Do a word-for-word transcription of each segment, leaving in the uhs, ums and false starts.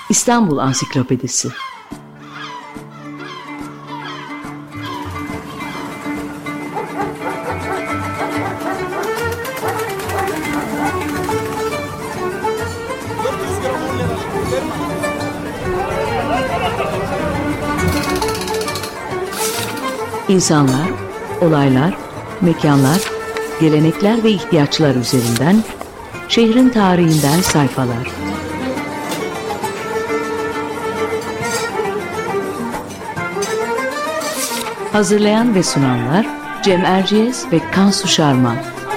İstanbul Ansiklopedisi. İnsanlar, olaylar, mekanlar, gelenekler ve ihtiyaçlar üzerinden şehrin tarihinden sayfalar. Hazırlayan ve sunanlar Cem Erciyes ve Kansu Şarman.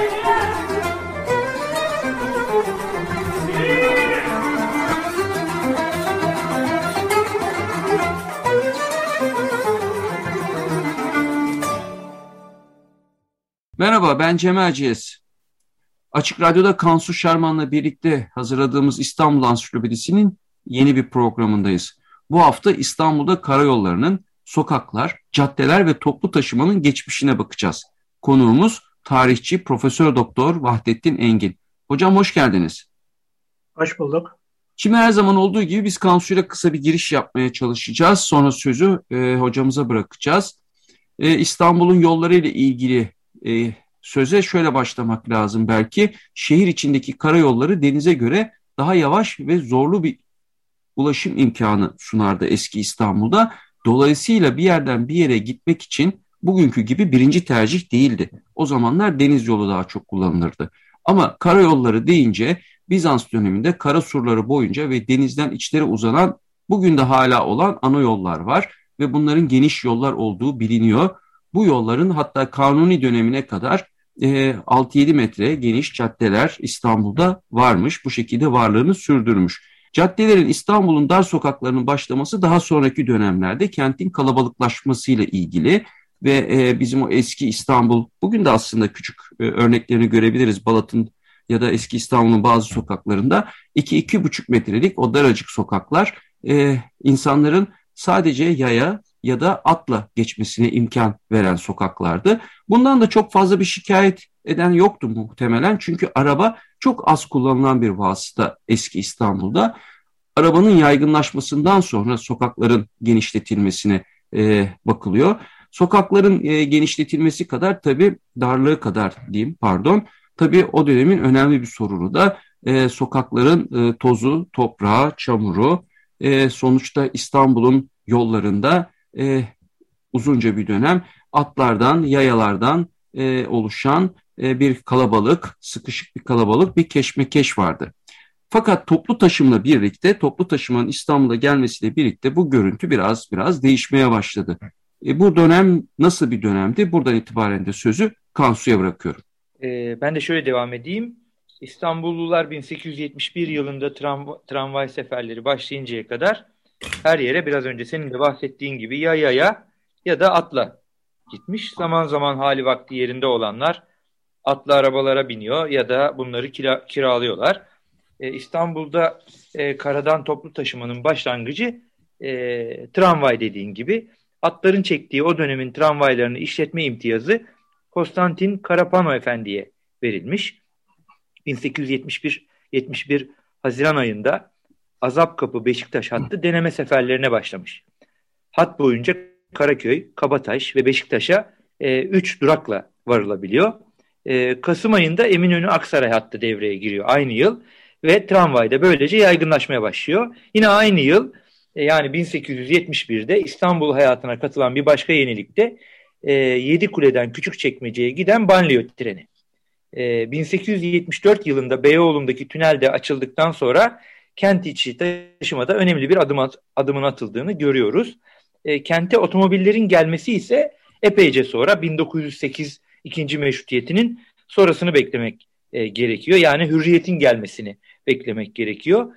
Merhaba, ben Cem Erciyes. Açık Radyo'da Kansu Şarman'la birlikte hazırladığımız İstanbul Ansiklopedisi'nin yeni bir programındayız. Bu hafta İstanbul'da karayollarının, sokaklar, caddeler ve toplu taşımanın geçmişine bakacağız. Konuğumuz tarihçi Profesör Doktor Vahdettin Engin. Hocam hoş geldiniz. Hoş bulduk. Şimdi her zaman olduğu gibi biz Kansu'yla kısa bir giriş yapmaya çalışacağız. Sonra sözü e, hocamıza bırakacağız. E, İstanbul'un yolları ile ilgili e, söze şöyle başlamak lazım belki. Şehir içindeki karayolları denize göre daha yavaş ve zorlu bir ulaşım imkanı sunardı eski İstanbul'da. Dolayısıyla bir yerden bir yere gitmek için bugünkü gibi birinci tercih değildi. O zamanlar deniz yolu daha çok kullanılırdı. Ama karayolları deyince Bizans döneminde kara surları boyunca ve denizden içlere uzanan, bugün de hala olan ana yollar var ve bunların geniş yollar olduğu biliniyor. Bu yolların hatta Kanuni dönemine kadar e, altı yedi metre geniş caddeler İstanbul'da varmış. Bu şekilde varlığını sürdürmüş. Caddelerin İstanbul'un dar sokaklarının başlaması daha sonraki dönemlerde kentin kalabalıklaşmasıyla ilgili ve e, bizim o eski İstanbul, bugün de aslında küçük e, örneklerini görebiliriz Balat'ın ya da eski İstanbul'un bazı sokaklarında iki iki buçuk metrelik o daracık sokaklar e, insanların sadece yaya ya da atla geçmesine imkan veren sokaklardı. Bundan da çok fazla bir şikayet eden yoktu muhtemelen. Çünkü araba çok az kullanılan bir vasıta eski İstanbul'da. Arabanın yaygınlaşmasından sonra sokakların genişletilmesine e, bakılıyor. Sokakların e, genişletilmesi kadar tabii darlığı kadar diyeyim pardon. Tabii o dönemin önemli bir sorunu da e, sokakların e, tozu, toprağı, çamuru. E, sonuçta İstanbul'un yollarında e, uzunca bir dönem atlardan, yayalardan e, oluşan e, bir kalabalık, sıkışık bir kalabalık, bir keşmekeş vardı. Fakat toplu taşımla birlikte, toplu taşımanın İstanbul'a gelmesiyle birlikte bu görüntü biraz biraz değişmeye başladı. E, bu dönem nasıl bir dönemdi? Buradan itibaren de sözü Kansu'ya bırakıyorum. Ee, ben de şöyle devam edeyim. İstanbullular bin sekiz yüz yetmiş bir yılında tram- tramvay seferleri başlayıncaya kadar her yere biraz önce senin de bahsettiğin gibi ya yaya ya da atla gitmiş. Zaman zaman hali vakti yerinde olanlar atlı arabalara biniyor ya da bunları kira, kiralıyorlar. Ee, İstanbul'da e, karadan toplu taşımanın başlangıcı e, tramvay dediğin gibi. Atların çektiği o dönemin tramvaylarını işletme imtiyazı Konstantin Karapano Efendi'ye verilmiş. bin sekiz yüz yetmiş bir yetmiş bir Haziran ayında Azapkapı Beşiktaş hattı deneme seferlerine başlamış. Hat boyunca Karaköy, Kabataş ve Beşiktaş'a üç e, durakla varılabiliyor. E, Kasım ayında Eminönü Aksaray hattı devreye giriyor aynı yıl ve tramvay da böylece yaygınlaşmaya başlıyor. Yine aynı yıl e, yani bin sekiz yüz yetmiş birde İstanbul hayatına katılan bir başka yenilik de e, Yedikule'den Küçükçekmece'ye giden banliyö treni. E, bin sekiz yüz yetmiş dört yılında Beyoğlu'ndaki tünel de açıldıktan sonra kent içi taşımada önemli bir adım at, adımın atıldığını görüyoruz. E, kente otomobillerin gelmesi ise epeyce sonra bin dokuz yüz sekiz ikinci meşrutiyetinin sonrasını beklemek e, gerekiyor. Yani hürriyetin gelmesini beklemek gerekiyor.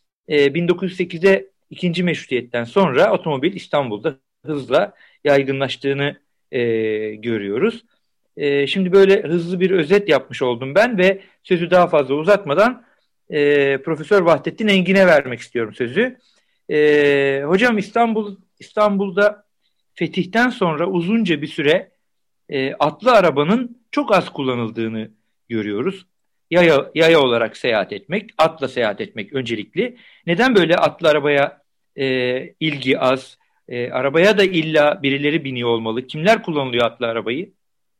E, bin dokuz yüz sekizde ikinci meşrutiyetten sonra otomobil İstanbul'da hızla yaygınlaştığını e, görüyoruz. E, şimdi böyle hızlı bir özet yapmış oldum ben ve sözü daha fazla uzatmadan e, Profesör Vahdettin Engin'e vermek istiyorum sözü. E, hocam İstanbul İstanbul'da fetihten sonra uzunca bir süre e, atlı arabanın çok az kullanıldığını görüyoruz. yaya, yaya olarak seyahat etmek, atla seyahat etmek öncelikli. Neden böyle atlı arabaya e, ilgi az? E, arabaya da illa birileri biniyor olmalı. Kimler kullanılıyor atlı arabayı?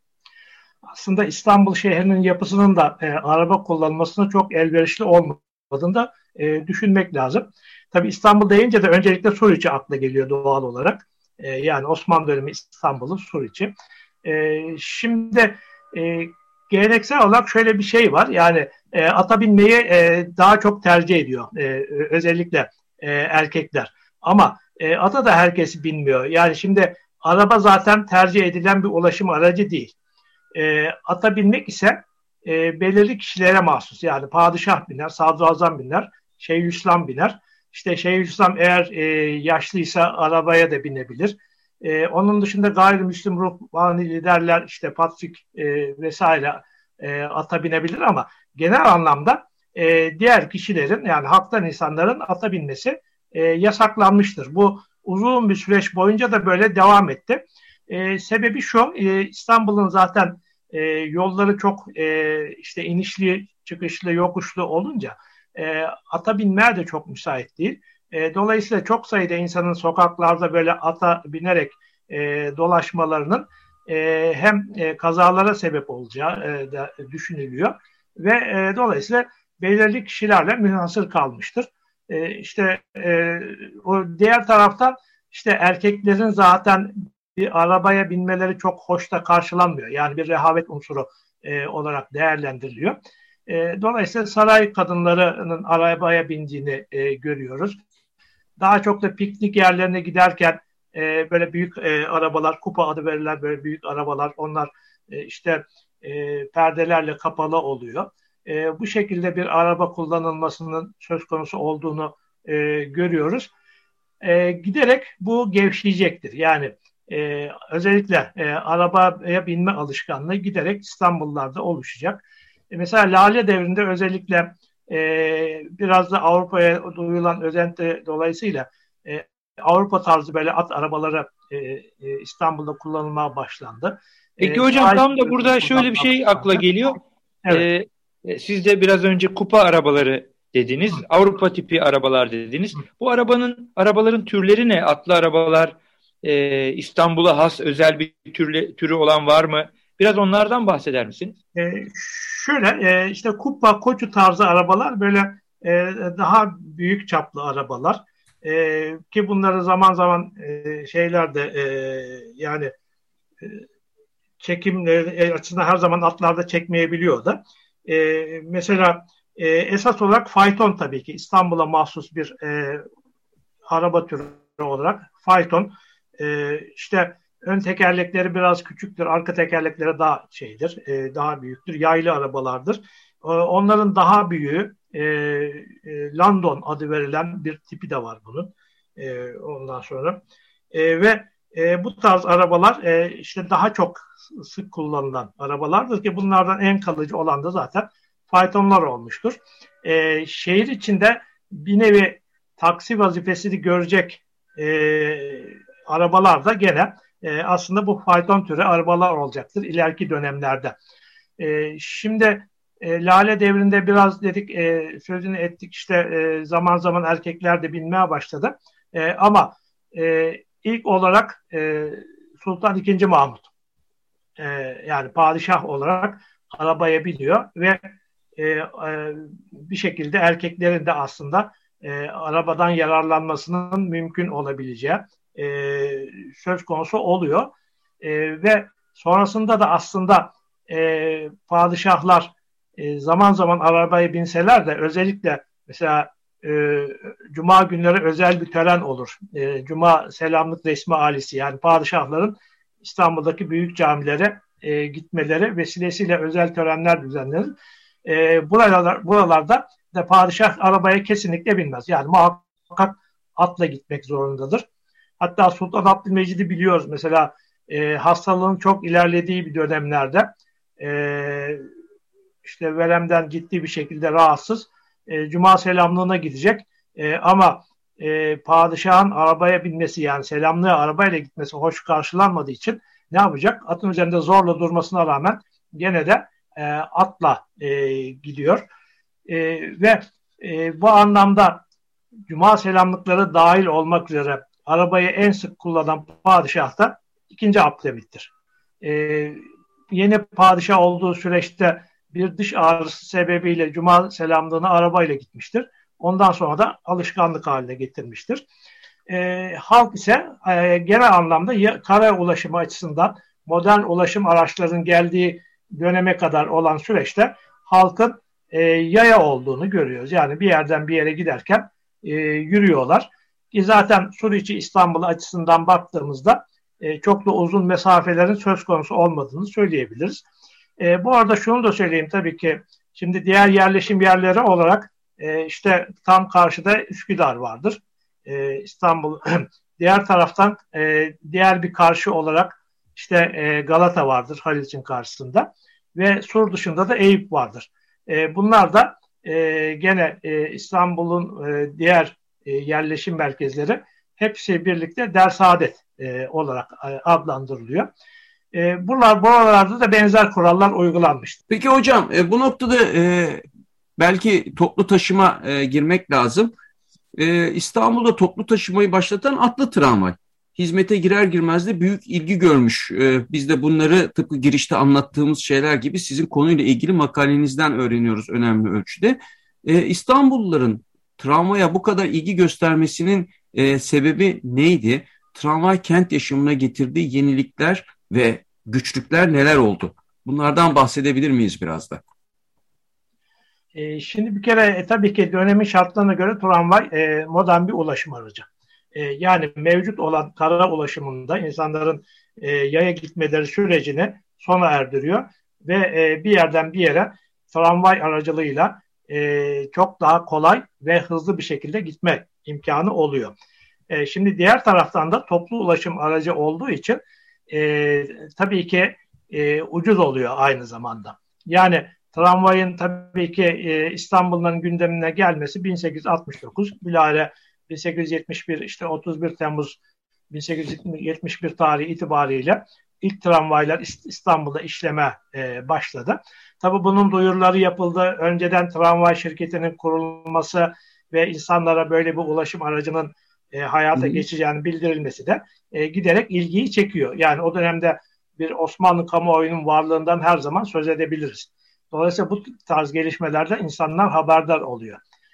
Aslında İstanbul şehrinin yapısının da e, araba kullanılmasına çok elverişli olmadığını da e, düşünmek lazım. Tabii İstanbul deyince de öncelikle Suriçi akla geliyor doğal olarak. E, yani Osmanlı dönemi İstanbul'un Suriçi. E, şimdi e, geleneksel olarak şöyle bir şey var. Yani e, ata binmeyi e, daha çok tercih ediyor. E, özellikle e, erkekler. Ama e, ata da herkes binmiyor. Yani şimdi araba zaten tercih edilen bir ulaşım aracı değil. E, ata binmek ise e, belirli kişilere mahsus. Yani padişah biner, sadrazam biner, Şeyhülislam biner. İşte Şeyhülislam eğer e, yaşlıysa arabaya da binebilir. E, onun dışında gayrimüslim ruhbani liderler, işte patrik e, vesaire e, ata binebilir ama genel anlamda e, diğer kişilerin, yani halktan insanların ata binmesi e, yasaklanmıştır. Bu uzun bir süreç boyunca da böyle devam etti. E, sebebi şu, e, İstanbul'un zaten e, yolları çok e, işte inişli, çıkışlı, yokuşlu olunca e, ata binmeye de çok müsait değil. E, dolayısıyla çok sayıda insanın sokaklarda böyle ata binerek e, dolaşmalarının e, hem e, kazalara sebep olacağı e, da düşünülüyor ve e, dolayısıyla belirli kişilerle münhasır kalmıştır. E, işte e, o diğer taraftan işte erkeklerin zaten bir arabaya binmeleri çok hoş da karşılanmıyor. Yani bir rehavet unsuru e, olarak değerlendiriliyor. E, dolayısıyla saray kadınlarının arabaya bindiğini e, görüyoruz. Daha çok da piknik yerlerine giderken e, böyle büyük e, arabalar, kupa adı verilen böyle büyük arabalar, onlar e, işte e, perdelerle kapalı oluyor. E, bu şekilde bir araba kullanılmasının söz konusu olduğunu e, görüyoruz. E, giderek bu gevşeyecektir. Yani e, özellikle e, arabaya binme alışkanlığı giderek İstanbullularda oluşacak. E, mesela Lale Devri'nde özellikle e, biraz da Avrupa'ya duyulan özenti dolayısıyla e, Avrupa tarzı böyle at arabaları e, e, İstanbul'da kullanılmaya başlandı. Peki E, hocam, tam da burada şöyle bir şey akla başlandı. geliyor. Evet. Ee, siz de biraz önce kupa arabaları dediniz, Avrupa tipi arabalar dediniz. Bu arabanın arabaların türleri ne? Atlı arabalar, e, İstanbul'a has özel bir türlü, türü olan var mı? Biraz onlardan bahseder misiniz? E, şöyle e, işte kupa, koçu tarzı arabalar böyle e, daha büyük çaplı arabalar e, ki bunları zaman zaman e, şeylerde e, yani e, çekimleri açısından her zaman atlarda çekmeyebiliyor da. E, mesela e, esas olarak fayton tabii ki İstanbul'a mahsus bir e, araba türü olarak fayton. E, işte ön tekerlekleri biraz küçüktür, arka tekerlekleri daha şeydir, e, daha büyüktür, yaylı arabalardır. E, onların daha büyüğü e, e, Landon adı verilen bir tipi de var bunun. E, ondan sonra e, ve e, bu tarz arabalar e, işte daha çok sık kullanılan arabalardır ki bunlardan en kalıcı olan da zaten faytonlar olmuştur. E, şehir içinde bir nevi taksi vazifesini görecek e, arabalar da gene e, aslında bu fayton türü arabalar olacaktır ileriki dönemlerde. E, şimdi e, Lale Devri'nde biraz dedik e, sözünü ettik işte e, zaman zaman erkekler de binmeye başladı. E, ama e, ilk olarak e, Sultan ikinci. Mahmut e, yani padişah olarak arabaya biniyor ve e, e, bir şekilde erkeklerin de aslında e, arabadan yararlanmasının mümkün olabileceği e, söz konusu oluyor. E, ve sonrasında da aslında e, padişahlar e, zaman zaman arabaya binseler de özellikle mesela e, Cuma günleri özel bir tören olur. E, Cuma selamlık resmi alisi yani padişahların İstanbul'daki büyük camilere e, gitmeleri vesilesiyle özel törenler düzenlenir. E, buralar, buralarda da padişah arabaya kesinlikle binmez. Yani muhakkak atla gitmek zorundadır. Hatta Sultan Abdülmecid'i biliyoruz. Mesela e, hastalığın çok ilerlediği bir dönemlerde e, işte veremden ciddi bir şekilde rahatsız. E, Cuma selamlığına gidecek. E, ama e, padişahın arabaya binmesi yani selamlığa arabayla gitmesi hoş karşılanmadığı için ne yapacak? Atın üzerinde zorla durmasına rağmen gene de e, atla e, gidiyor. E, ve e, bu anlamda cuma selamlıkları dahil olmak üzere arabayı en sık kullanan padişah da ikinci. Abdülhamit'tir. E, yeni padişah olduğu süreçte bir diş ağrısı sebebiyle cuma selamlığına arabayla gitmiştir. Ondan sonra da alışkanlık haline getirmiştir. E, halk ise e, genel anlamda ya, kara ulaşımı açısından modern ulaşım araçlarının geldiği döneme kadar olan süreçte halkın e, yaya olduğunu görüyoruz. Yani bir yerden bir yere giderken e, yürüyorlar. Ki zaten Suriçi İstanbul açısından baktığımızda e, çok da uzun mesafelerin söz konusu olmadığını söyleyebiliriz. E, bu arada şunu da söyleyeyim tabii ki şimdi diğer yerleşim yerleri olarak e, işte tam karşıda Üsküdar vardır. E, İstanbul diğer taraftan e, diğer bir karşı olarak işte e, Galata vardır Haliç'in karşısında ve Sur dışında da Eyüp vardır. E, bunlar da e, gene e, İstanbul'un e, diğer e, yerleşim merkezleri hepsi birlikte Dersaadet e, olarak e, adlandırılıyor. E, buralar, buralarda da benzer kurallar uygulanmıştır. Peki hocam e, bu noktada e, belki toplu taşıma e, girmek lazım. E, İstanbul'da toplu taşımayı başlatan atlı tramvay. Hizmete girer girmez de büyük ilgi görmüş. E, biz de bunları tıpkı girişte anlattığımız şeyler gibi sizin konuyla ilgili makalenizden öğreniyoruz önemli ölçüde. E, İstanbulluların tramvaya bu kadar ilgi göstermesinin e, sebebi neydi? Tramvay kent yaşamına getirdiği yenilikler ve güçlükler neler oldu? Bunlardan bahsedebilir miyiz biraz da? E, şimdi bir kere e, tabii ki dönemin şartlarına göre tramvay e, modern bir ulaşım aracı. E, yani mevcut olan kara ulaşımında insanların e, yaya gitmeleri sürecini sona erdiriyor ve e, bir yerden bir yere tramvay aracılığıyla e, çok daha kolay ve hızlı bir şekilde gitme imkanı oluyor. E, şimdi diğer taraftan da toplu ulaşım aracı olduğu için e, tabii ki e, ucuz oluyor aynı zamanda. Yani tramvayın tabii ki e, İstanbul'un gündemine gelmesi bin sekiz yüz altmış dokuz, bilahare bin sekiz yüz yetmiş bir işte otuz bir Temmuz bin sekiz yüz yetmiş bir tarihi itibariyle ilk tramvaylar İstanbul'da işleme e, başladı. Tabii bunun duyuruları yapıldı. Önceden tramvay şirketinin kurulması ve insanlara böyle bir ulaşım aracının e, hayata hmm. geçeceğini bildirilmesi de e, giderek ilgiyi çekiyor. Yani o dönemde bir Osmanlı kamuoyunun varlığından her zaman söz edebiliriz. Dolayısıyla bu tarz gelişmelerde insanlar haberdar oluyor.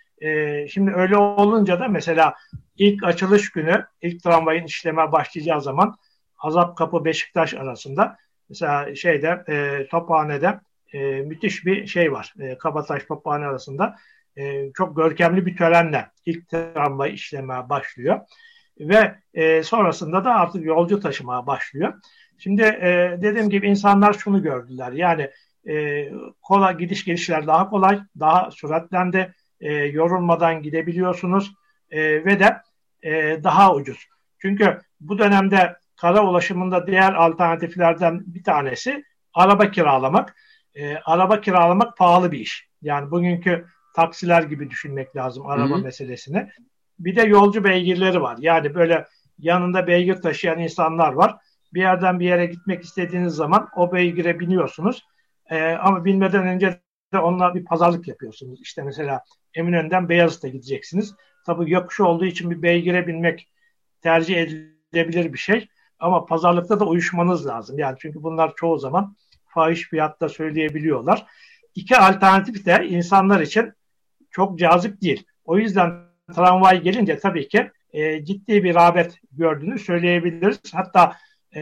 Ee, şimdi öyle olunca da mesela ilk açılış günü, ilk tramvayın işleme başlayacağı zaman Azapkapı Beşiktaş arasında mesela şeyde e, Tophane'de e, müthiş bir şey var. E, Kabataş Tophane arasında e, çok görkemli bir törenle ilk tramvay işlemeye başlıyor. Ve e, sonrasında da artık yolcu taşımaya başlıyor. Şimdi e, dediğim gibi insanlar şunu gördüler. Yani e, kolay gidiş gelişler daha kolay, daha süratlendi. E, yorulmadan gidebiliyorsunuz e, ve de e, daha ucuz. Çünkü bu dönemde kara ulaşımında diğer alternatiflerden bir tanesi araba kiralamak. E, araba kiralamak pahalı bir iş. Yani bugünkü taksiler gibi düşünmek lazım araba Hı-hı. meselesini. Bir de yolcu beygirleri var. Yani böyle yanında beygir taşıyan insanlar var. Bir yerden bir yere gitmek istediğiniz zaman o beygire biniyorsunuz. E, ama binmeden önce de onunla bir pazarlık yapıyorsunuz. İşte mesela Eminönü'nden Beyazıt'a gideceksiniz. Tabii yokuş olduğu için bir beygire binmek tercih edilebilir bir şey. Ama pazarlıkta da uyuşmanız lazım. Yani çünkü bunlar çoğu zaman fahiş fiyatta söyleyebiliyorlar. İki alternatif de insanlar için çok cazip değil. O yüzden tramvay gelince tabii ki e, ciddi bir rağbet gördüğünü söyleyebiliriz. Hatta e,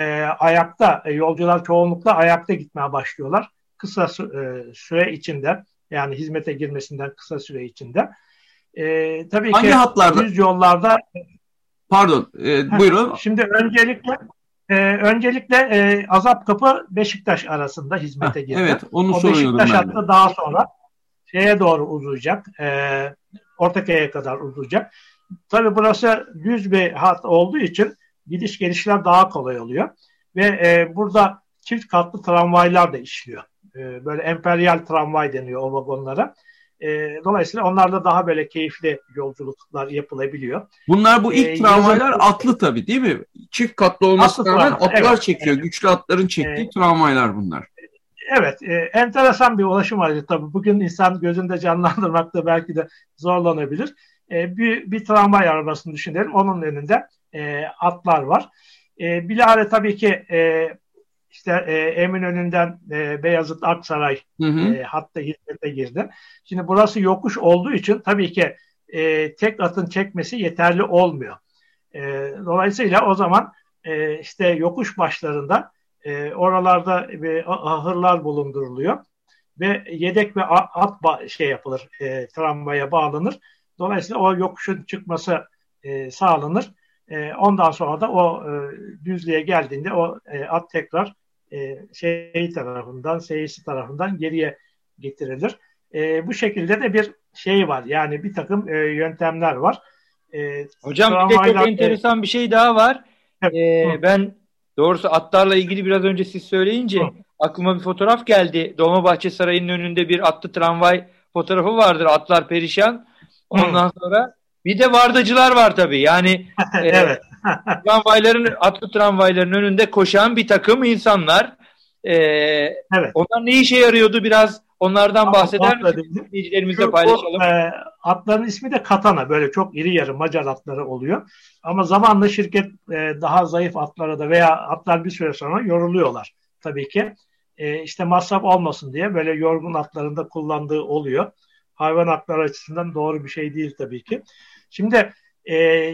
ayakta, e, yolcular çoğunlukla ayakta gitmeye başlıyorlar. Kısa e, süre içinde, yani hizmete girmesinden kısa süre içinde. E, tabii Hangi ki hatlarda? düz yollarda... Pardon, e, buyurun. Şimdi öncelikle e, öncelikle e, Azapkapı Beşiktaş arasında hizmete girdi. Evet, onu o soruyorum Beşiktaş ben de. hattı daha sonra şeye doğru uzayacak. E, Ortaköy'e kadar uzayacak. Tabii burası düz bir hat olduğu için gidiş gelişler daha kolay oluyor. Ve e, burada çift katlı tramvaylar da işliyor. E, böyle emperyal tramvay deniyor o vagonlara. E, dolayısıyla onlarla daha böyle keyifli yolculuklar yapılabiliyor. Bunlar bu ilk e, tramvaylar yazın, atlı tabii değil mi? Çift katlı olmasına rağmen atlar evet, çekiyor. Evet. Güçlü atların çektiği e, tramvaylar bunlar. evet, e, enteresan bir ulaşım aracı tabii. Bugün insan gözünde canlandırmakta belki de zorlanabilir. E, bir, bir tramvay arabasını düşünelim. Onun önünde e, atlar var. E, bilahare tabii ki e, işte e, Eminönü'nden e, Beyazıt Aksaray Hı hı. e, hatta hizmete girdi. Şimdi burası yokuş olduğu için tabii ki e, tek atın çekmesi yeterli olmuyor. E, dolayısıyla o zaman e, işte yokuş başlarında e, oralarda e, ahırlar bulunduruluyor ve yedek ve at ba- şey yapılır, e, tramvaya bağlanır. Dolayısıyla o yokuşun çıkması e, sağlanır. E, ondan sonra da o e, düzlüğe geldiğinde o e, at tekrar e, şey tarafından, seyirci tarafından geriye getirilir. E, bu şekilde de bir şey var. Yani bir takım e, yöntemler var. E, Hocam bir de çok tramvaylar, enteresan bir şey daha var. evet, Ee, ben doğrusu atlarla ilgili biraz önce siz söyleyince hı. aklıma bir fotoğraf geldi. Dolmabahçe Sarayı'nın önünde bir atlı tramvay fotoğrafı vardır. Atlar perişan. Ondan sonra bir de vardacılar var tabii. Yani e, Evet. tramvayların, atlı tramvayların önünde koşan bir takım insanlar. E, Evet. Onlar ne işe yarıyordu? Biraz onlardan bahseder Atla misiniz? dedim. İzleyicilerimizle Şu, paylaşalım. o, e, atların ismi de katana. Böyle çok iri yarı Macar atları oluyor. Ama zamanla şirket e, daha zayıf atlara da veya atlar bir süre sonra yoruluyorlar. Tabii ki. E, işte masraf olmasın diye böyle yorgun atlarında kullandığı oluyor. Hayvan hakları açısından doğru bir şey değil tabii ki. Şimdi e,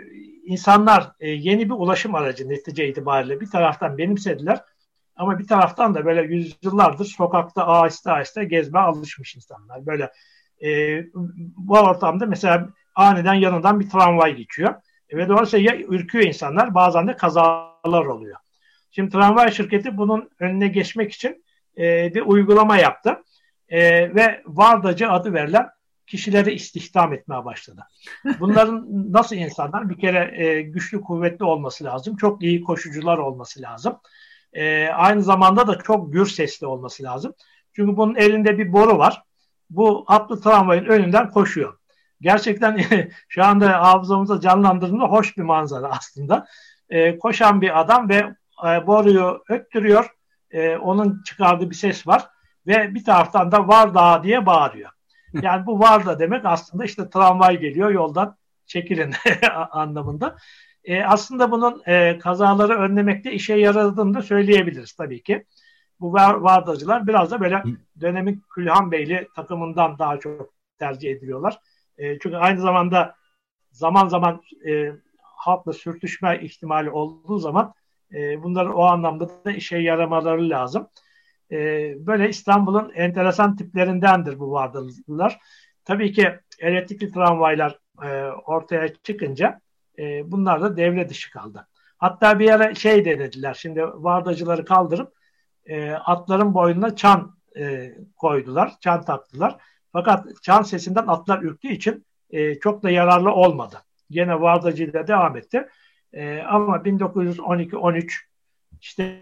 insanlar e, yeni bir ulaşım aracı netice itibariyle bir taraftan benimsediler. Ama bir taraftan da böyle yüzyıllardır sokakta aheste aheste gezmeye alışmış insanlar. Böyle e, bu ortamda mesela aniden yanından bir tramvay geçiyor. E, ve dolayısıyla ya ürküyor insanlar, bazen de kazalar oluyor. Şimdi tramvay şirketi bunun önüne geçmek için e, bir uygulama yaptı. E, ve vardacı adı verilen kişileri istihdam etmeye başladı. Bunların nasıl insanlar? Bir kere e, güçlü, kuvvetli olması lazım. Çok iyi koşucular olması lazım. E, aynı zamanda da çok gür sesli olması lazım. Çünkü bunun elinde bir boru var. Bu atlı tramvayın önünden koşuyor. Gerçekten şu anda hafızamızda canlandırdığında hoş bir manzara aslında. E, koşan bir adam ve e, boruyu öttürüyor. E, onun çıkardığı bir ses var. Ve bir taraftan da Varda diye bağırıyor. Yani bu Varda demek aslında işte tramvay geliyor, yoldan çekilin anlamında. E, aslında bunun e, kazaları önlemekte işe yaradığını da söyleyebiliriz tabii ki. Bu vardacılar biraz da böyle dönemin Külhan Beyli takımından daha çok tercih ediliyorlar. E, çünkü aynı zamanda zaman zaman e, halkla sürtüşme ihtimali olduğu zaman e, bunların o anlamda da işe yaramaları lazım. E, böyle İstanbul'un enteresan tiplerindendir bu vardacılar. Tabii ki elektrikli tramvaylar e, ortaya çıkınca e, bunlar da devre dışı kaldı. Hatta bir ara şey denediler. Şimdi vardacıları kaldırıp e, atların boynuna çan e, koydular. Çan taktılar. Fakat çan sesinden atlar ürktüğü için e, çok da yararlı olmadı. Gene vardacıyla devam etti. E, ama bin dokuz yüz on iki on üç işte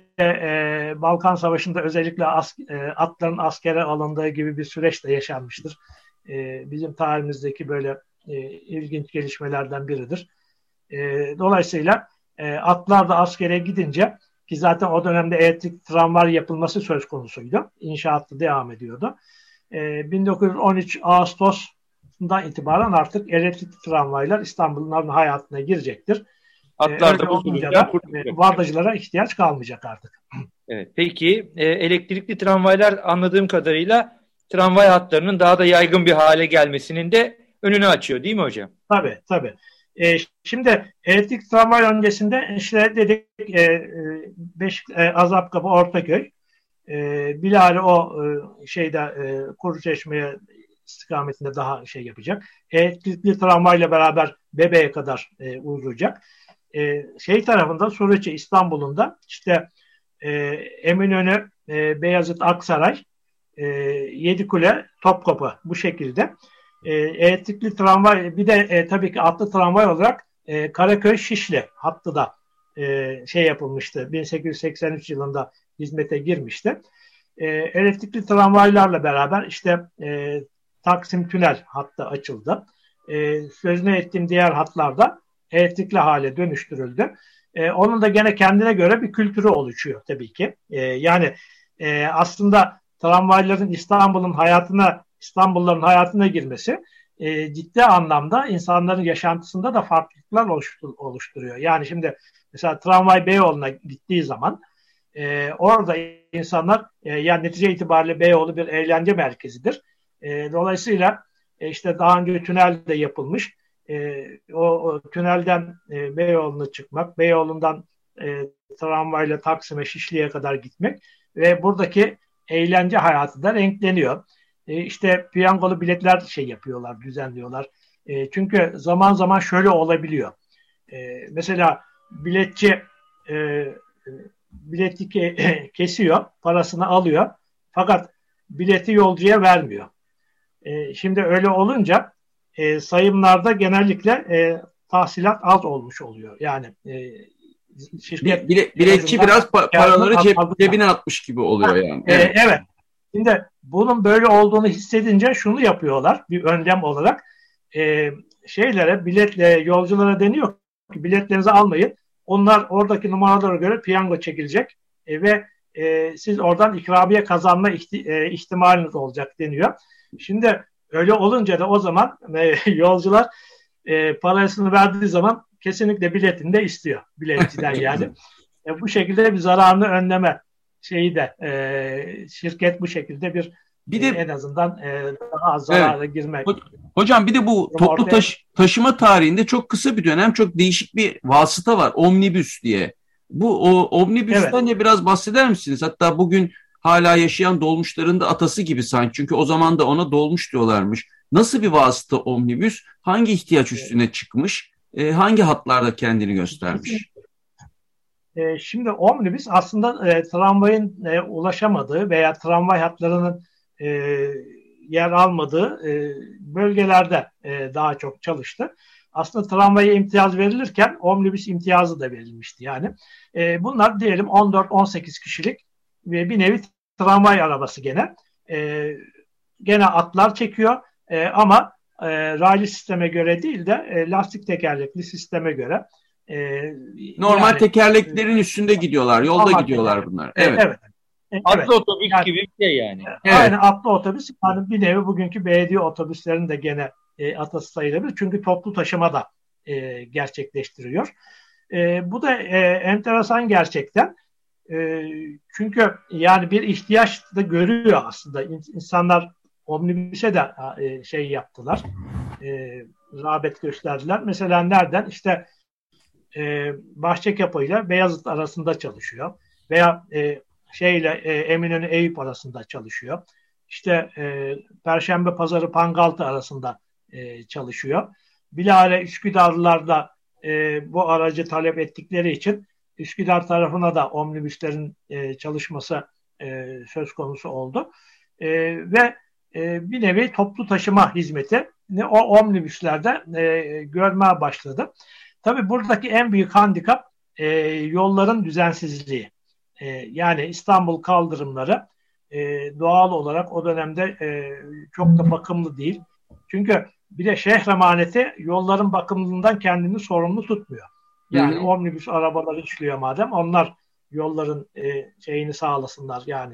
e, Balkan Savaşı'nda özellikle as, e, atların askere alındığı gibi bir süreç de yaşanmıştır. E, bizim tarihimizdeki böyle e, ilginç gelişmelerden biridir. E, dolayısıyla e, atlar da askere gidince, ki zaten o dönemde elektrik tramvay yapılması söz konusuydu. İnşaatı devam ediyordu. E, bin dokuz yüz on üç Ağustos'tan itibaren artık elektrikli tramvaylar İstanbulluların hayatına girecektir. Atlar da e, bu olunca da kurtulacak. e, vardacılara ihtiyaç kalmayacak artık. Evet, peki e, elektrikli tramvaylar anladığım kadarıyla tramvay hatlarının daha da yaygın bir hale gelmesinin de önünü açıyor değil mi hocam? Tabii tabii. E, şimdi elektrik tramvay öncesinde işte dedik e, Beş, e, Azapkapı, Ortaköy, e, bilahare o e, şeyde e, Kuruçeşme'ye istikametinde daha şey yapacak. Elektrikli tramvayla beraber Bebe'ye kadar e, uzayacak. E, şey tarafında Suruçi İstanbul'un da işte e, Eminönü, e, Beyazıt Aksaray, e, Yedikule, Topkapı bu şekilde. E, elektrikli tramvay, bir de e, tabii ki atlı tramvay olarak e, Karaköy Şişli hattı da e, şey yapılmıştı. bin sekiz yüz seksen üç yılında hizmete girmişti. E, elektrikli tramvaylarla beraber işte e, Taksim Tünel hattı açıldı. E, sözünü ettiğim diğer hatlarda elektrikli hale dönüştürüldü. E, onun da gene kendine göre bir kültürü oluşuyor tabii ki. E, yani e, aslında tramvayların İstanbul'un hayatına, İstanbulluların hayatına girmesi e, ciddi anlamda insanların yaşantısında da farklılıklar oluştur, oluşturuyor. Yani şimdi mesela tramvay Beyoğlu'na gittiği zaman e, orada insanlar e, yani netice itibariyle Beyoğlu bir eğlence merkezidir. E, dolayısıyla e, işte daha önce tünel de yapılmış. E, o, o tünelden e, Beyoğlu'na çıkmak, Beyoğlu'ndan e, tramvayla Taksim'e, Şişli'ye kadar gitmek ve buradaki eğlence hayatı da renkleniyor. E, işte piyangolu biletler şey yapıyorlar, düzenliyorlar. E, çünkü zaman zaman şöyle olabiliyor. E, mesela biletçi e, bileti ke- kesiyor, parasını alıyor. Fakat bileti yolcuya vermiyor. E, şimdi öyle olunca e, sayımlarda genellikle e, tahsilat az olmuş oluyor. Yani e, şirket Bile, biletçi biraz pa- paraları cep, cebine atmış gibi oluyor ha, yani. Evet. E, evet. Şimdi bunun böyle olduğunu hissedince şunu yapıyorlar bir önlem olarak. E, şeylere, biletle yolculara deniyor ki biletlerinizi almayın. Onlar oradaki numaralara göre piyango çekilecek e, ve e, siz oradan ikramiye kazanma ihti- e, ihtimaliniz olacak deniyor. Şimdi öyle olunca da o zaman e, yolcular e, parasını verdiği zaman kesinlikle biletini de istiyor biletçiden yani. E, bu şekilde bir zararını önleme şeyi de e, şirket bu şekilde bir, bir de, e, en azından e, daha az zarara evet. girmek. Hocam bir de bu toplu taşı, taşıma tarihinde çok kısa bir dönem çok değişik bir vasıta var. Omnibüs diye. Bu o omnibüsten evet. de biraz bahseder misiniz? Hatta bugün hala yaşayan dolmuşların da atası gibi sanki. Çünkü o zaman da ona dolmuş diyorlarmış. Nasıl bir vasıta omnibüs? Hangi ihtiyaç üstüne evet. çıkmış? E, hangi hatlarda kendini göstermiş? E, şimdi omnibüs aslında e, tramvayın e, ulaşamadığı veya tramvay hatlarının e, yer almadığı e, bölgelerde e, daha çok çalıştı. Aslında tramvaya imtiyaz verilirken omnibüs imtiyazı da verilmişti yani. E, bunlar diyelim on dört on sekiz kişilik ve bir nevi tramvay arabası gene. E, gene atlar çekiyor e, ama e, raylı sisteme göre değil de e, lastik tekerlekli sisteme göre. E, Normal yani, tekerleklerin e, üstünde gidiyorlar, yolda gidiyorlar tekerlek. bunlar. Evet. evet. evet. Atlı evet. otobüs yani, gibi bir şey yani. Evet. Aynı atlı otobüs. Yani bir nevi bugünkü belediye otobüslerinin de gene e, atası sayılabilir. Çünkü toplu taşıma da e, gerçekleştiriyor. E, bu da e, enteresan gerçekten. E, çünkü yani bir ihtiyaç da görüyor aslında. İnsanlar omnibüse de e, şey yaptılar. E, rağbet gösterdiler. Mesela nereden? İşte e, Bahçekapı ile Beyazıt arasında çalışıyor. Veya e, şeyle e, Eminönü Eyüp arasında çalışıyor. İşte e, Perşembe Pazarı Pangaltı arasında e, çalışıyor. Bilahare Üsküdarlılar da e, bu aracı talep ettikleri için Üsküdar tarafına da omnibüslerin e, çalışması e, söz konusu oldu. E, ve e, bir nevi toplu taşıma hizmeti o omnibüslerde e, görmeye başladı. Tabii buradaki en büyük handikap e, yolların düzensizliği. E, yani İstanbul kaldırımları e, doğal olarak o dönemde e, çok da bakımlı değil. Çünkü bir de şehir emaneti yolların bakımlılığından kendini sorumlu tutmuyor. Yani hı hı. omnibüs arabaları işliyor madem onlar yolların e, şeyini sağlasınlar yani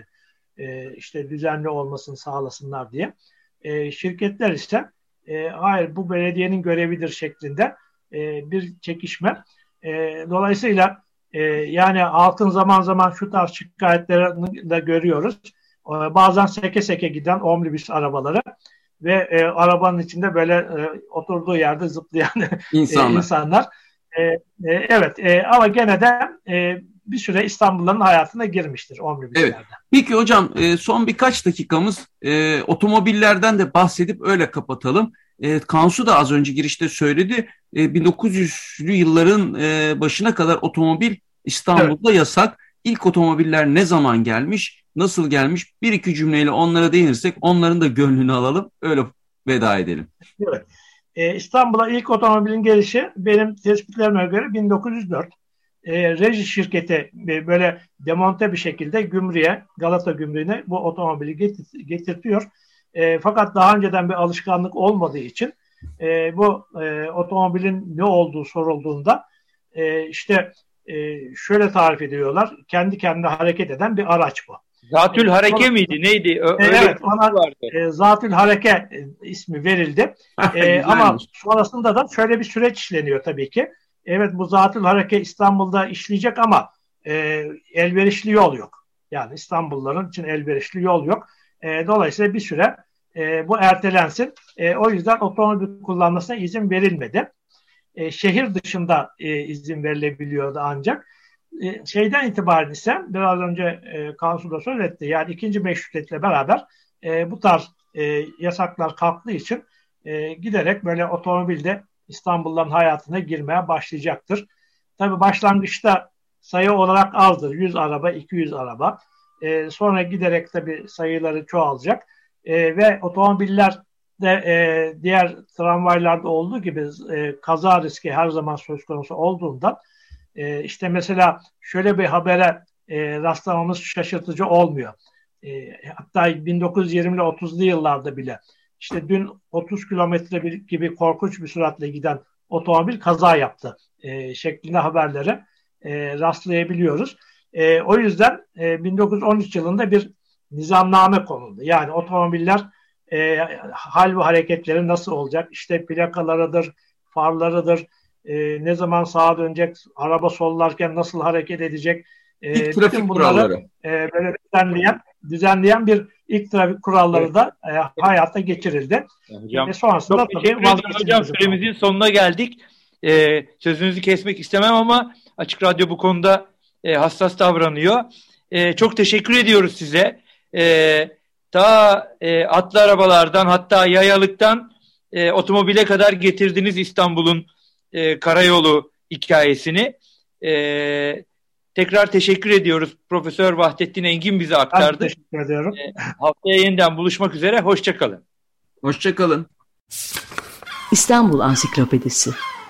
e, işte düzenli olmasını sağlasınlar diye. E, şirketler ise e, hayır bu belediyenin görevidir şeklinde e, bir çekişme. E, dolayısıyla e, yani halkın zaman zaman şu tarz şikayetlerini de görüyoruz. E, bazen seke seke giden omnibüs arabaları ve e, arabanın içinde böyle e, oturduğu yerde zıplayan insanlar. e, insanlar. E, e, evet e, ama gene de e, bir süre İstanbulluların hayatına girmiştir omnibüslerde. Evet. Peki hocam e, son birkaç dakikamız e, otomobillerden de bahsedip öyle kapatalım. E, Kansu da az önce girişte söyledi. E, bin dokuz yüzlü yılların e, başına kadar otomobil İstanbul'da evet. yasak. İlk otomobiller ne zaman gelmiş, nasıl gelmiş? Bir iki cümleyle onlara değinirsek onların da gönlünü alalım. Öyle veda edelim. Evet. E, İstanbul'a ilk otomobilin gelişi benim tespitlerime göre bin dokuz yüz dört. E, reji şirketi e, böyle demonte bir şekilde Gümrüğe, Galata Gümrüğü'ne bu otomobili getir, getirtiyor. E, fakat daha önceden bir alışkanlık olmadığı için e, bu e, otomobilin ne olduğu sorulduğunda e, işte e, şöyle tarif ediyorlar. Kendi kendine hareket eden bir araç bu. Zatül Hareke miydi? Neydi? Ö- öyle evet, bir ona vardı. e, Zatül Hareke e, ismi verildi. E, ama sonrasında da şöyle bir süreç işleniyor tabii ki. Evet, bu Zatül Hareke İstanbul'da işleyecek ama e, elverişli yol yok. Yani İstanbulluların için elverişli yol yok. E, dolayısıyla bir süre e, bu ertelensin. E, o yüzden otomobil kullanmasına izin verilmedi. E, şehir dışında e, izin verilebiliyordu ancak. E, şeyden itibaren ise biraz önce e, Kansu da söyletti. Yani ikinci meşrutiyetle beraber e, bu tarz e, yasaklar kalktığı için e, giderek böyle otomobilde İstanbulluların hayatına girmeye başlayacaktır. Tabii başlangıçta sayı olarak azdır. yüz araba, iki yüz araba. E, sonra giderek tabii sayıları çoğalacak. E, ve otomobiller de e, diğer tramvaylarda olduğu gibi e, kaza riski her zaman söz konusu olduğundan e, işte mesela şöyle bir habere e, rastlamamız şaşırtıcı olmuyor. E, hatta bin dokuz yüz yirmili otuzlu yıllarda bile işte dün otuz kilometre gibi korkunç bir süratle giden otomobil kaza yaptı e, şeklinde haberlere e, rastlayabiliyoruz. E, o yüzden e, bin dokuz yüz on üç yılında bir nizamname konuldu. Yani otomobiller e, hal ve hareketleri nasıl olacak? İşte plakalarıdır, farlarıdır, e, ne zaman sağa dönecek, araba sollarken nasıl hareket edecek? E, İlk trafik bütün bunları kuralları. E, böyle düzenleyen, düzenleyen bir ilk trafik kuralları Evet. da e, hayata geçirildi. Hocam, Ve sonrasında çok teşekkür ediyorum hocam. Süremizin sonuna geldik. Ee, sözünüzü kesmek istemem ama Açık Radyo bu konuda e, hassas davranıyor. E, çok teşekkür ediyoruz size. E, ta e, atlı arabalardan, hatta yayalıktan e, otomobile kadar getirdiniz İstanbul'un e, karayolu hikayesini. E, tekrar teşekkür ediyoruz. Profesör Vahdettin Engin bize aktardı. Ben teşekkür ediyorum. E, haftaya yeniden buluşmak üzere. Hoşçakalın. Hoşçakalın. İstanbul Ansiklopedisi.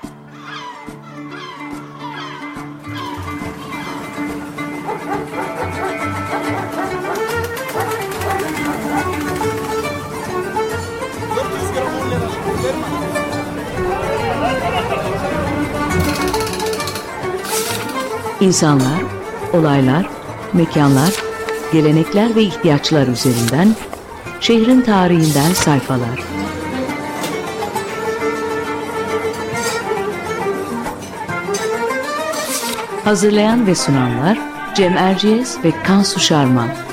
İnsanlar, olaylar, mekanlar, gelenekler ve ihtiyaçlar üzerinden şehrin tarihinden sayfalar. Hazırlayan ve sunanlar Cem Erciyes ve Kansu Şarman.